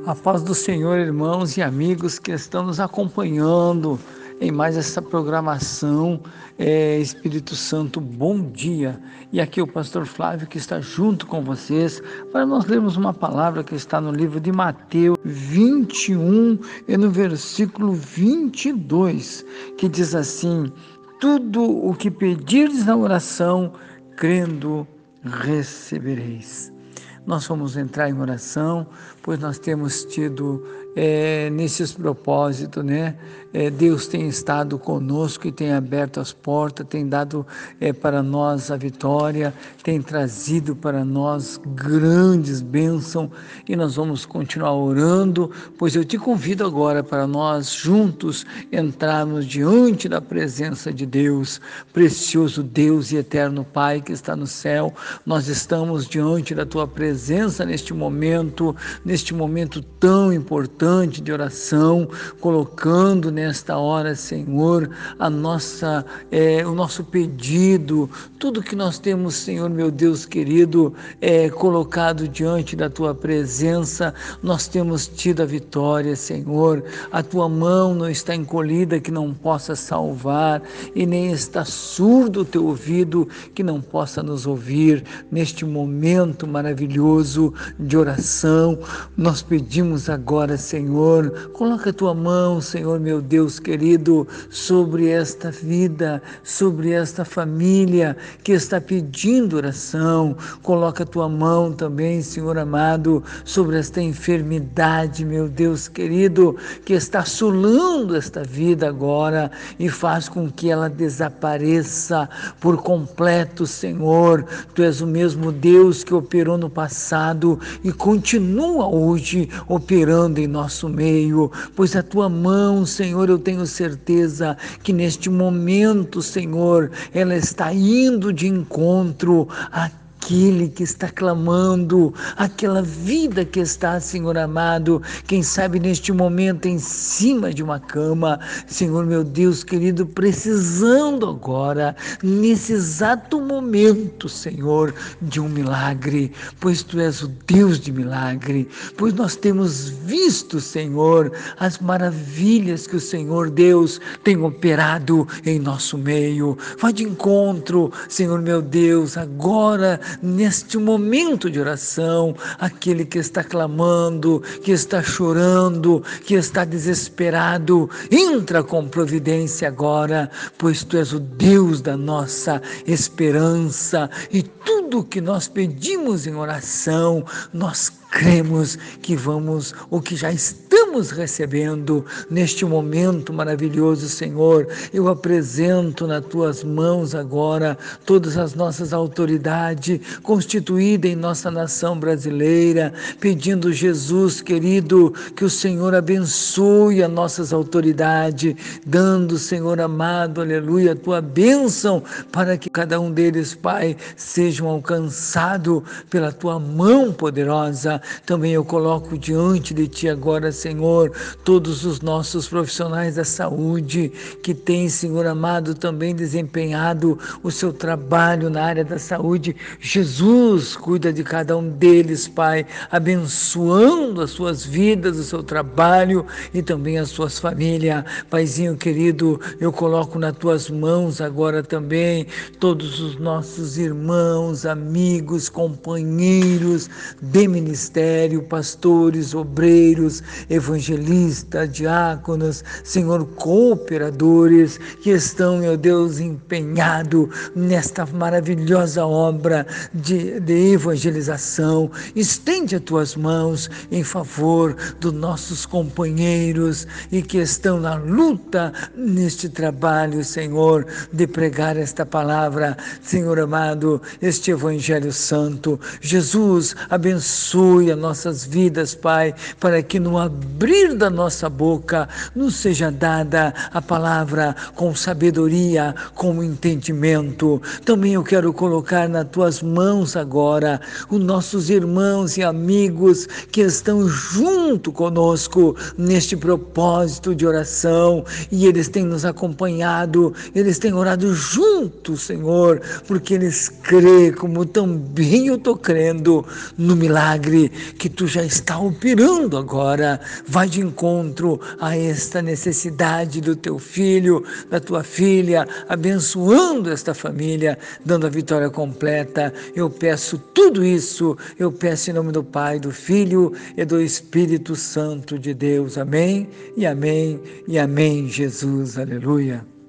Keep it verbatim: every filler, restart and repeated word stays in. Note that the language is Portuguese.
A paz do Senhor, irmãos e amigos que estão nos acompanhando em mais essa programação. É, Espírito Santo, bom dia. E aqui é o pastor Flávio que está junto com vocês para nós lermos uma palavra que está no livro de Mateus vinte e um e no versículo vinte e dois, que diz assim: tudo o que pedirdes na oração, crendo, recebereis. Nós vamos entrar em oração, pois nós temos tido é, nesses propósitos, né? É, Deus tem estado conosco e tem aberto as portas, tem dado é, para nós a vitória, tem trazido para nós grandes bênçãos e nós vamos continuar orando, pois eu te convido agora para nós juntos entrarmos diante da presença de Deus, precioso Deus e eterno Pai que está no céu. Nós estamos diante da tua presença neste momento, neste momento tão importante de oração, colocando nesta hora, Senhor, a nossa, é, o nosso pedido, tudo que nós temos, Senhor, meu Deus querido, é, colocado diante da tua presença. Nós temos tido a vitória, Senhor. A tua mão não está encolhida que não possa salvar, e nem está surdo o teu ouvido que não possa nos ouvir. Neste momento maravilhoso de oração, nós pedimos agora, Senhor, coloca a tua mão, Senhor, meu Deus querido, sobre esta vida, sobre esta família que está pedindo oração. Coloca a tua mão também, Senhor amado, sobre esta enfermidade, meu Deus querido, que está assolando esta vida agora, e faz com que ela desapareça por completo, Senhor. Tu és o mesmo Deus que operou no passado e continua hoje operando em nosso meio, pois a tua mão, Senhor, eu tenho certeza que neste momento, Senhor, ela está indo de encontro a aquele que está clamando, aquela vida que está, Senhor amado, quem sabe neste momento em cima de uma cama, Senhor meu Deus querido, precisando agora, nesse exato momento, Senhor, de um milagre, pois Tu és o Deus de milagre, pois nós temos visto, Senhor, as maravilhas que o Senhor Deus tem operado em nosso meio. Vá de encontro, Senhor meu Deus, agora neste momento de oração, aquele que está clamando, que está chorando, que está desesperado, entra com providência agora, pois Tu és o Deus da nossa esperança, e tudo que nós pedimos em oração, nós cremos que vamos, ou que já estamos recebendo neste momento maravilhoso, Senhor. Eu apresento nas Tuas mãos agora todas as nossas autoridades constituídas em nossa nação brasileira, pedindo, Jesus querido, que o Senhor abençoe as nossas autoridades, dando, Senhor amado, aleluia, a Tua bênção, para que cada um deles, Pai, sejam alcançados pela Tua mão poderosa. Também eu coloco diante de Ti agora, Senhor, todos os nossos profissionais da saúde que têm, Senhor amado, também desempenhado o seu trabalho na área da saúde. Jesus, cuida de cada um deles, Pai, abençoando as suas vidas, o seu trabalho e também as suas famílias. Paizinho querido, eu coloco nas Tuas mãos agora também todos os nossos irmãos, amigos, companheiros de ministério, pastores, obreiros, evangelistas, diáconos, Senhor, cooperadores que estão, meu Deus, empenhados nesta maravilhosa obra de, de evangelização. Estende as Tuas mãos em favor dos nossos companheiros e que estão na luta neste trabalho, Senhor, de pregar esta palavra, Senhor amado, este Evangelho Santo. Jesus, abençoe as nossas vidas, Pai, para que no abrir da nossa boca nos seja dada a palavra com sabedoria, com entendimento. Também eu quero colocar nas tuas mãos agora os nossos irmãos e amigos que estão junto conosco neste propósito de oração, e eles têm nos acompanhado, eles têm orado juntos, Senhor, porque eles crê, como também eu estou crendo, no milagre que tu já está operando agora. Vai de encontro a esta necessidade do teu filho, da tua filha, abençoando esta família, dando a vitória completa. Eu peço tudo isso, eu peço em nome do Pai, do Filho e do Espírito Santo de Deus. Amém, e amém, e amém, Jesus. Aleluia.